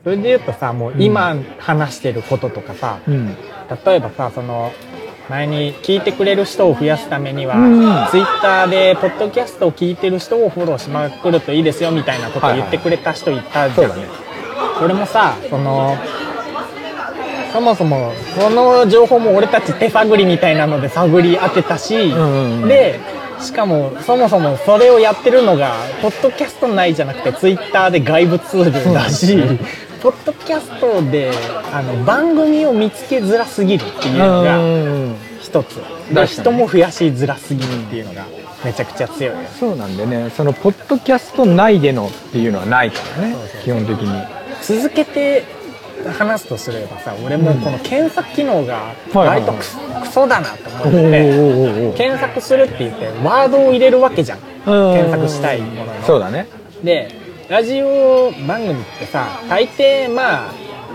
それで言うとさ、もう今話してることとかさ、例えばさ、その前に聞いてくれる人を増やすためには、ツイッターでポッドキャストを聞いてる人をフォローしまくるといいですよみたいなことを言ってくれた人いたじゃん。俺もさ、そもそもその情報も俺たち手探りみたいなので探り当てたし、でしかもそもそもそれをやってるのがポッドキャスト内じゃなくてツイッターで外部ツールだし、ポッドキャストで番組を見つけづらすぎるっていうのが一つで、人も増やしづらすぎるっていうのがめちゃくちゃ強い。 そうなんでね、そのポッドキャスト内でのっていうのはないからね、基本的に。 続けて話すとすればさ、俺もこの検索機能が割とクソだなと思って、検索するって言ってワードを入れるわけじゃん、検索したいものの。 そうだね。 でラジオ番組ってさ、大抵まあ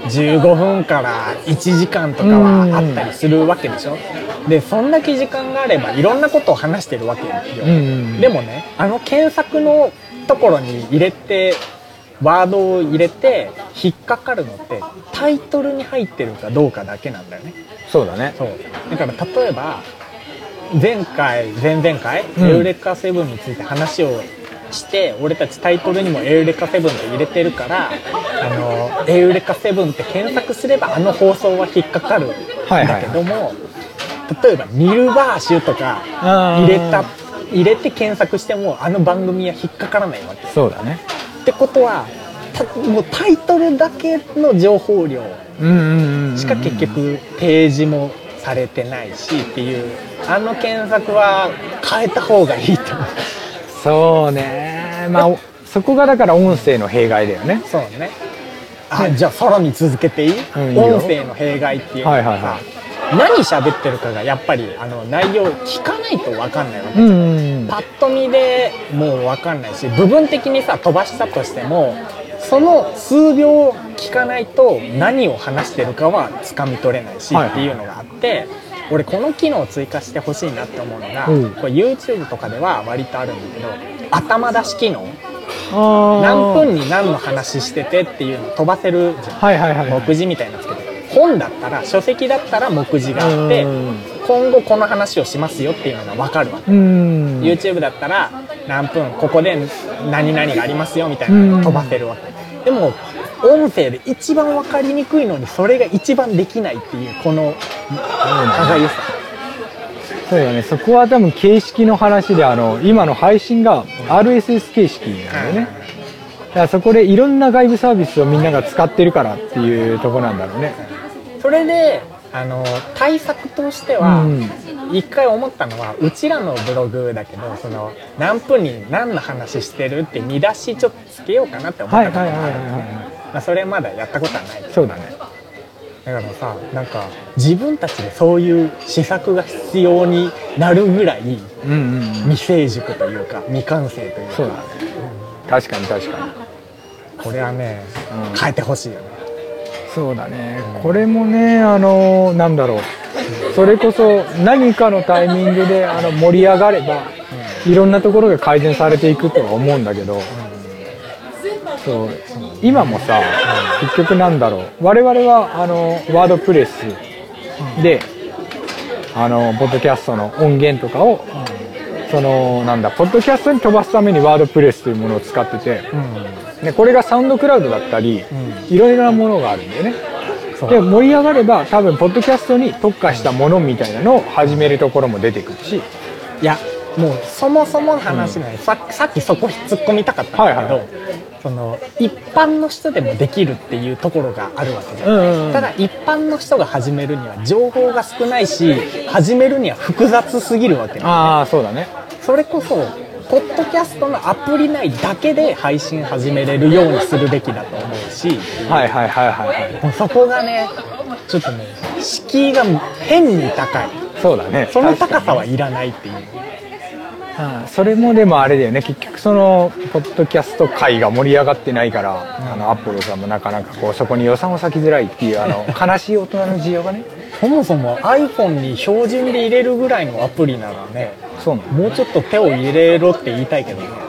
15分から1時間とかはあったりするわけでしょ。でそんだけ時間があればいろんなことを話してるわけよ。でもね、検索のところに入れてワードを入れて引っかかるのってタイトルに入ってるかどうかだけなんだよね。 そうだね。 そうだから例えば前々回エウレカ7について話をして、俺たちタイトルにもエウレカ7って入れてるから、エウレカ7って検索すれば放送は引っかかるんだけども、例えばニルバーシュとか入れて検索しても番組は引っかからないわけ。 そうだね。 ってことはもうタイトルだけの情報量しか結局ページもされてないしっていう、検索は変えた方がいいと思う。 そうね、まあそこがだから音声の弊害だよね。 そうね。じゃあさらに続けていい？音声の弊害っていうのはさ、何喋ってるかがやっぱり内容聞かないと分かんないわけじゃん。パッと見でもう分かんないし、部分的にさ飛ばしたとしてもその数秒聞かないと何を話してるかはつかみ取れないしっていうのがあって、俺この機能を追加してほしいなって思うのが、これ YouTube とかでは割とあるんだけど、頭出し機能、何分に何の話しててっていうのを飛ばせるじゃん。目次みたいなのつけて、本だったら書籍だったら目次があって、今後この話をしますよっていうのが分かるわけ。YouTube だったら何分ここで何々がありますよみたいなのを飛ばせるわけ。でも音声で一番分かりにくいのにそれが一番できないっていうこの歯がゆさ。 そうだね、そこは多分形式の話で、今の配信が RSS 形式なんだよね。だからそこでいろんな外部サービスをみんなが使ってるからっていうとこなんだろうね。 それで対策としては一回思ったのは、うちらのブログだけど、その何分に何の話してるって見出しちょっとつけようかなって思ったことがあるんで、それまだやったことはない。 そうだね。 だからさ、なんか自分たちでそういう施策が必要になるぐらい未成熟というか未完成というか。 そうだね、確かにこれはね、変えてほしいよね。 そうだね、これもね、なんだろう、それこそ何かのタイミングで盛り上がれば、いろんなところが改善されていくとは思うんだけど、そう今もさ、結局なんだろう、我々はワードプレスでポッドキャストの音源とかを、ポッドキャストに飛ばすためにワードプレスというものを使ってて、でこれがサウンドクラウドだったり、いろいろなものがあるんだよね。で盛り上がれば多分ポッドキャストに特化したものみたいなのを始めるところも出てくるし、 いやもうそもそもの話なの、さっきそこ突っ込みたかったんだけど、その一般の人でもできるっていうところがあるわけじゃない。ただ一般の人が始めるには情報が少ないし、始めるには複雑すぎるわけなんで、 そうだね。 それこそポッドキャストのアプリ内だけで配信始めれるようにするべきだと思うし、そこがねちょっとね敷居が変に高い。そうだね、その高さはいらないっていう。 それもでもあれだよね、結局そのポッドキャスト界が盛り上がってないから、アップルさんもなかなかこうそこに予算を割きづらいっていう悲しい大人の需要がね。 そもそも iPhone に標準で入れるぐらいのアプリならね、もうちょっと手を入れろって言いたいけどね。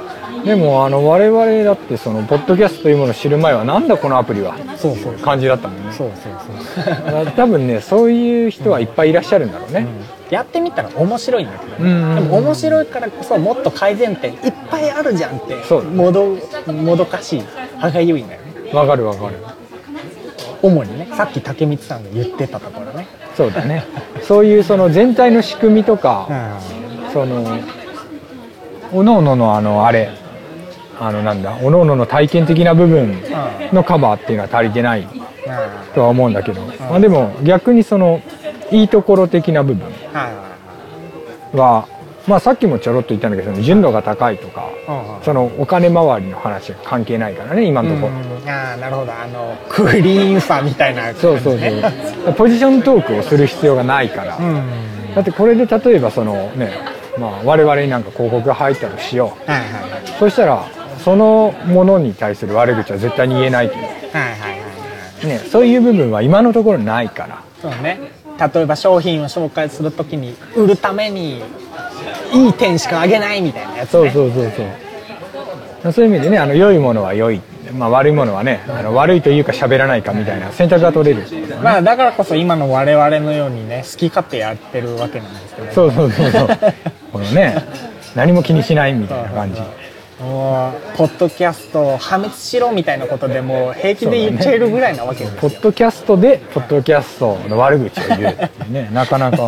でも我々だってそのポッドキャストというものを知る前はなんだこのアプリはそうそう感じだったもんね。 そうそうそう多分ねそういう人はいっぱいいらっしゃるんだろうね、 やってみたら面白いんだけどね、でも面白いからこそもっと改善点いっぱいあるじゃんってもどかしい歯がゆいんだよね。 わかるわかる。 主にねさっき竹光さんが言ってたところね。 そうだねそういうその全体の仕組みとか、そのおのおののあれなんだおのおのの体験的な部分のカバーっていうのは足りてないとは思うんだけど、まあ、でも逆にそのいいところ的な部分は、まあ、さっきもちょろっと言ったんだけど純度が高いとか、そのお金回りの話は関係ないからね今のところ。 ああなるほどクリーンさみたいな感じ、ね、 そうポジショントークをする必要がないから、だってこれで例えばそのね、まあ、我々になんか広告が入ったとしよう、そしたらそのものに対する悪口は絶対に言えないけど、ね、そういう部分は今のところないから。 そうね、例えば商品を紹介するときに売るためにいい点しかあげないみたいなやつね。 そういう意味でね良いものは良い、まあ、悪いものはね悪いというか喋らないかみたいな選択が取れる、ね、 まあだからこそ今の我々のようにね好き勝手やってるわけなんですけど、ね、 そうこのね何も気にしないみたいな感じ。 もうポッドキャストを破滅しろみたいなことでもう平気で言っちゃえるぐらいなわけですよ、 ポッドキャストでポッドキャストの悪口を言うっていうねなかなか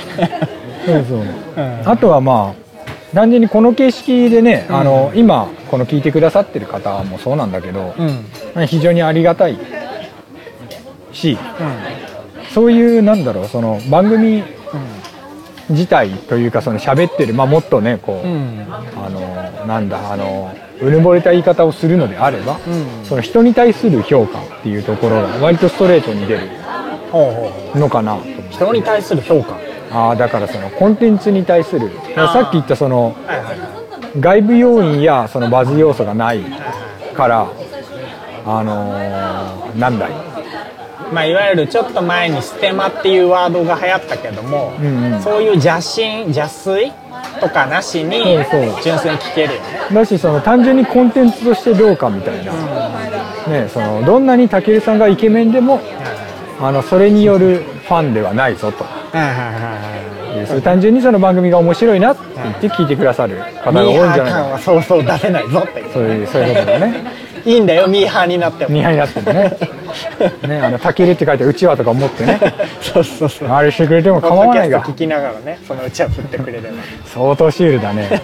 あとはまあ単純にこの形式でね、今この聞いてくださってる方もそうなんだけど、非常にありがたいし、そういうなんだろうその番組自体というかその喋ってる、まあ、もっとねこう、なんだうぬぼれた言い方をするのであれば、その人に対する評価っていうところが割とストレートに出るのかなと。 人に対する評価、 だからそのコンテンツに対するさっき言ったその外部要因やそのバズ要素がないからなんだい、 まあ、いわゆるちょっと前にステマっていうワードが流行ったけども、そういう邪推とかなしに純粋に聞けるよね。 だしその単純にコンテンツとしてどうかみたいな、ね、そのどんなにたけるさんがイケメンでもそれによるファンではないぞと、単純にその番組が面白いなって言って聞いてくださる方が多いんじゃないかな。ミーハー感はそうそう出せないぞってそういうことだねいいんだよミーハーになっても。 ミーハーになってもねたけるって書いてうちわとか持ってねそうあれしてくれても構わないが、 聞きながらねそのうちわ振ってくれれば相当シールだね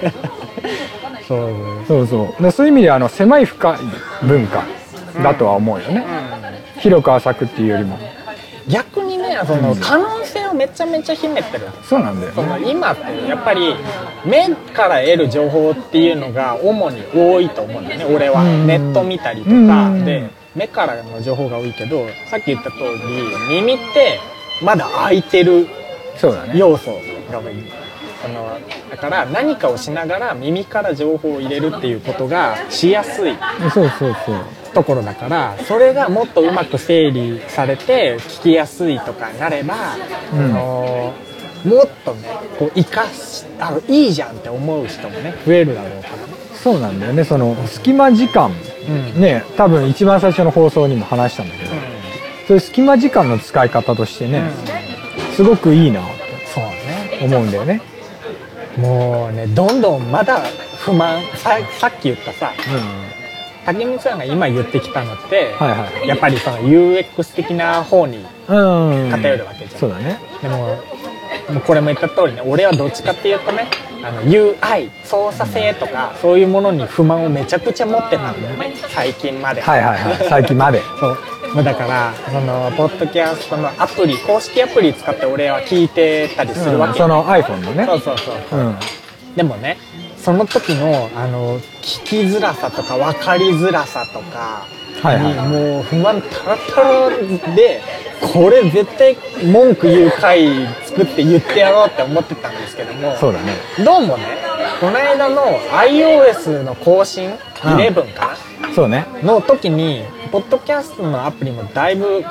そういう意味で狭い深い文化だとは思うよね、広く浅くっていうよりも逆にねその可能性をめちゃめちゃ秘めてる、 そうなんだよね。 今ってやっぱり目から得る情報っていうのが主に多いと思うんだよね俺は。ネット見たりとかで目からの情報が多いけど、さっき言った通り耳ってまだ開いてる要素が多い。だから何かをしながら耳から情報を入れるっていうことがしやすいところだから、それがもっとうまく整理されて聞きやすいとかになれば、もっとねこう生かしいいじゃんって思う人もね増えるだろうからね。 そうなんだよね。その隙間時間、ね多分一番最初の放送にも話したんだけど、そういう隙間時間の使い方としてね、すごくいいなと思うんだよね。 もうねどんどんまだ不満さっき言ったさ、竹光さんが今言ってきたのって、やっぱりその UX 的な方に偏るわけじゃん。 そうだね。 でもこれも言った通りね、俺はどっちかっていうとねUI 操作性とかそういうものに不満をめちゃくちゃ持ってたんだよね最近まで。 最近までそうだからそのポッドキャストのアプリ公式アプリ使って俺は聞いてたりするわけ、 その iPhone のね。 そう、でもねその時の聞きづらさとか分かりづらさとかにもう不満たらたらで、これ絶対文句言う回作って言ってやろうって思ってたんですけども、 そうだね。 どうもねこの間の iOS の更新11かな、 そうねの時にポッドキャストのアプリもだいぶ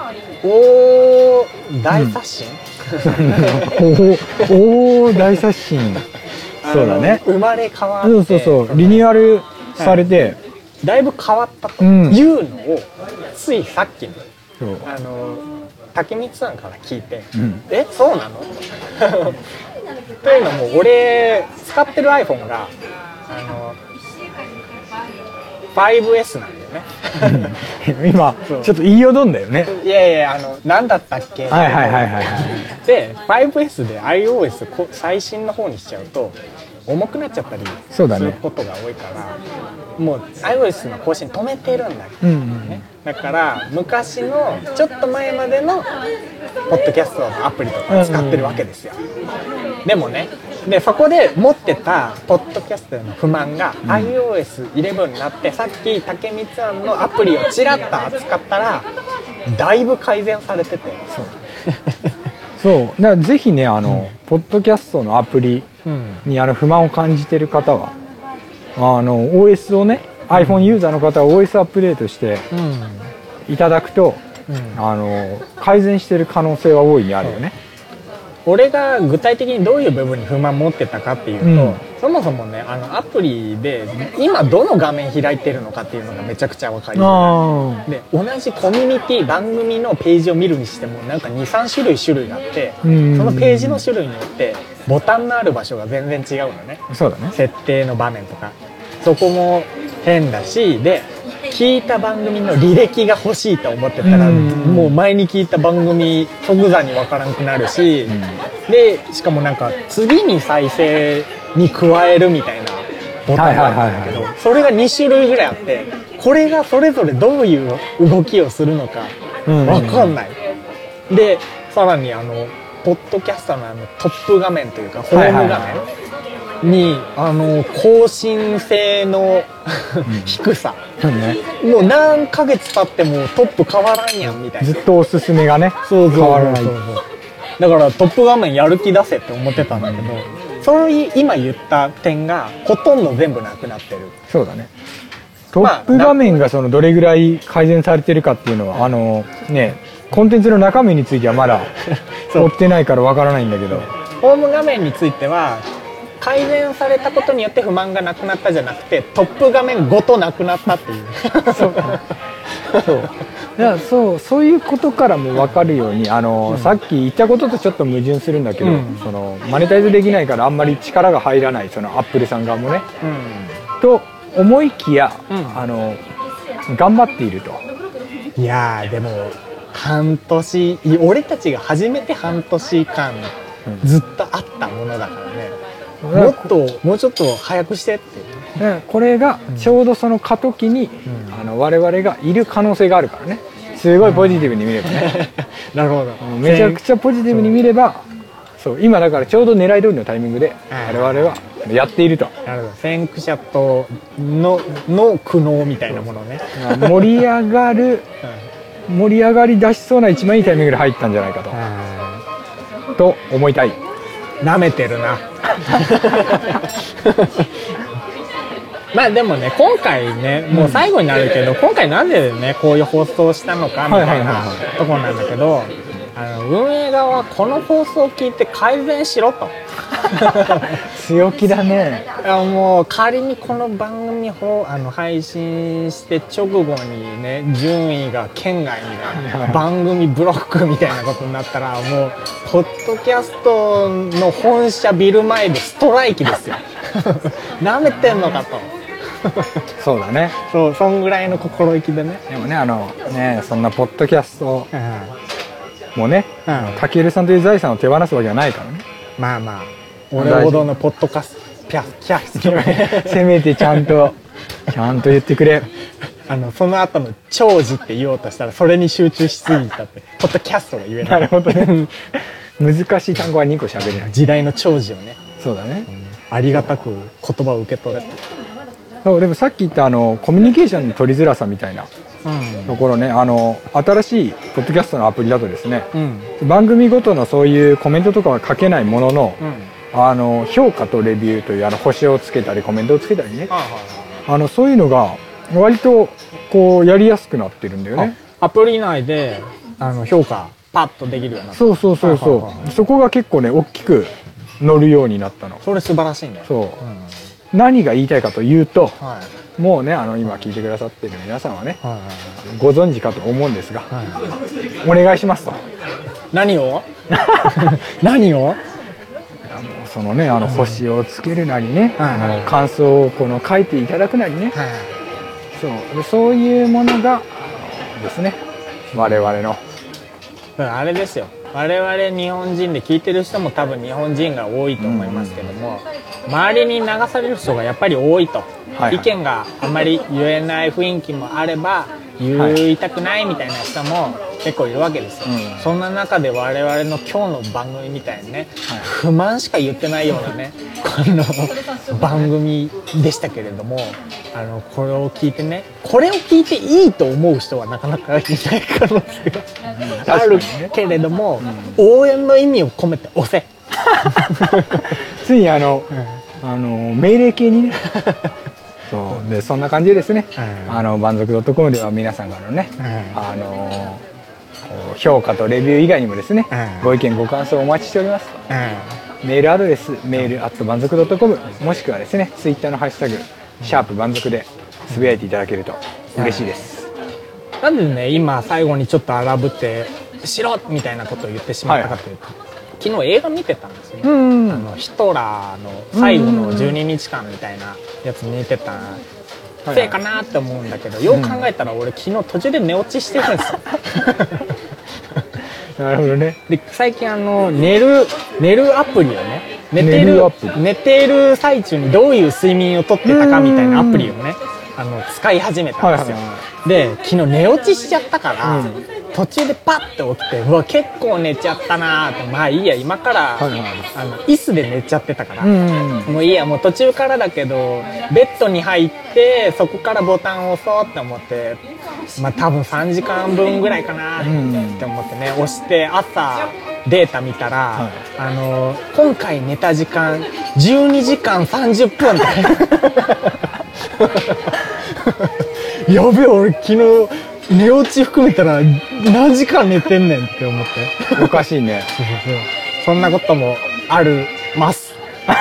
大刷新、 大刷新そうだね。 生まれ変わってそうリニューアルしされて、 だいぶ変わったというのを、ついさっきの竹光さんから聞いて、え、そうなのというのも俺使ってる iPhone が5S なんだよね。 今ちょっと言いよどんだよね。 いやいや何だったっけ。で 5S で iOS 最新の方にしちゃうと重くなっちゃったりすることが多いから、もう iOS の更新止めてるんだけどね。だから昔のちょっと前までのポッドキャストのアプリとか使ってるわけですよ。でもね、でそこで持ってたポッドキャストへの不満が iOS11 になって、さっき竹光さんのアプリをちらっと扱ったらだいぶ改善されてて、 そうだからぜひねポッドキャストのアプリに不満を感じてる方はOS をね iPhone ユーザーの方は OS アップデートしていただくと、改善してる可能性は大いにあるよね。 俺が具体的にどういう部分に不満持ってたかっていうと、そもそもねアプリで今どの画面開いてるのかっていうのがめちゃくちゃ分かりづらい。で同じコミュニティ番組のページを見るにしてもなんか 2,3 種類があって、そのページの種類によってボタンのある場所が全然違うのね。 そうだね。 設定の場面とかそこも変だし、で聞いた番組の履歴が欲しいと思ってたらもう前に聞いた番組即座に分からなくなるし、でしかもなんか次に再生に加えるみたいなボタンがあるんだけど、それが2種類ぐらいあって、これがそれぞれどういう動きをするのか分かんない。でさらにポッドキャストのトップ画面というかホーム画面に更新性の低さ、もう何ヶ月経ってもトップ変わらんやんみたいな。 ずっとおすすめがね変わらない。 だからトップ画面やる気出せって思ってたんだけど、そういう今言った点がほとんど全部なくなってる。 そうだね。トップ画面がどれぐらい改善されてるかっていうのはね、コンテンツの中身についてはまだ追ってないからわからないんだけど、 ホーム画面については改善されたことによって不満がなくなったじゃなくて、トップ画面ごとなくなったっていう。 そういうことからも分かるようにさっき言ったこととちょっと矛盾するんだけど、マネタイズできないからあんまり力が入らないアップルさん側もね、と思いきや、頑張っていると。 いやでも半年、俺たちが初めて半年間ずっとあったものだからね、もうちょっと早くしてっていう、 これがちょうどその過渡期に、我々がいる可能性があるからね。すごいポジティブに見ればね。 なるほど。 めちゃくちゃポジティブに見れば、そう今だからちょうど狙い通りのタイミングで我々はやっていると。 なるほど。先駆者との苦悩みたいなものね。 盛り上がり出しそうな一番いいタイミングで入ったんじゃないかと思いたい。 なめてるな。まあでもね今回ねもう最後になるけど、今回なんでねこういう放送をしたのかみたいなところなんだけど、運営側はこの放送を聞いて改善しろと。 強気だね。 もう仮にこの番組を配信して直後にね順位が県外みたいな番組ブロックみたいなことになったら、もうポッドキャストの本社ビル前でストライキですよ。なめてんのかと。 そうだね。 そんぐらいの心意気でね。 でもねそんなポッドキャストもね、たけるさんという財産を手放すわけはないからね。 まあまあ俺ほどのポッドキャストせめてちゃんと言ってくれ。 その後の長寿って言おうとしたらそれに集中しすぎたってポッドキャストが言えない。 なるほどね。難しい単語は2個喋れない。 時代の長寿をね。 そうだね、 ありがたく言葉を受け取れ。 そうでもさっき言ったコミュニケーションの取りづらさみたいなところね、新しいポッドキャストのアプリだとですね、番組ごとのそういうコメントとかは書けないものの、評価とレビューという星をつけたりコメントをつけたりね、そういうのが割とこうやりやすくなってるんだよね。 アプリ内で評価パッとできるようになって。 そこが結構ね大きく乗るようになったの。 それ素晴らしいね。 何が言いたいかというと、 もうね今聞いてくださってる皆さんはね、ご存知かと思うんですが、お願いしますと。 何を何をそのね星をつけるなりね、感想を書いていただくなりね、そういうものがですね、我々のあれですよ。我々日本人で聞いてる人も多分日本人が多いと思いますけども、周りに流される人がやっぱり多いと、意見があんまり言えない雰囲気もあれば言いたくないみたいな人も結構いるわけですよ、そんな中で我々の今日の番組みたいにね、不満しか言ってないようなねこの番組でしたけれども、これを聞いてね、これを聞いていいと思う人はなかなかいない可能性があるけれども、応援の意味を込めて押せついに命令系にねそうで、そんな感じでですね、満足 .com では皆さんからのね、評価とレビュー以外にもですね、ご意見ご感想をお待ちしております。メールアドレスmail@manzoku.com、もしくはですねツイッターのハッシュタグ#満足でつぶやいていただけると嬉しいです。 なんでね今最後にちょっと荒ぶってしろみたいなことを言ってしまったかというと、昨日映画見てたんですよね。ヒトラーの最後の12日間みたいなやつ見てたせいかなって思うんだけど、よく考えたら俺昨日途中で寝落ちしてるんですよなるほどね。 で最近寝るアプリをね、寝ている最中にどういう睡眠をとってたかみたいなアプリをね使い始めたんですよ。で昨日寝落ちしちゃったから、途中でパッて起きて、うわ結構寝ちゃったなーって、まあいいや今から椅子で寝ちゃってたから、もういいや、もう途中からだけどベッドに入ってそこからボタンを押そうって思って、まあ多分3時間分ぐらいかなって思ってね、押して朝データ見たら、今回寝た時間12時間30分ってやべえ、俺昨日寝落ち含めたら何時間寝てんねんって思っておかしいねそんなこともあるます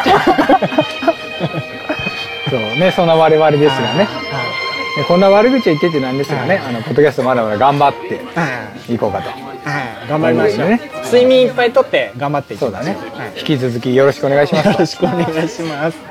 そうね、そんな我々ですがね、こんな悪口を言っててなんですがね、ポッドキャストまだまだ頑張っていこうかと。 頑張りましょうね。睡眠いっぱいとって頑張っていきましょう。 そうだね。引き続きよろしくお願いします。 よろしくお願いします。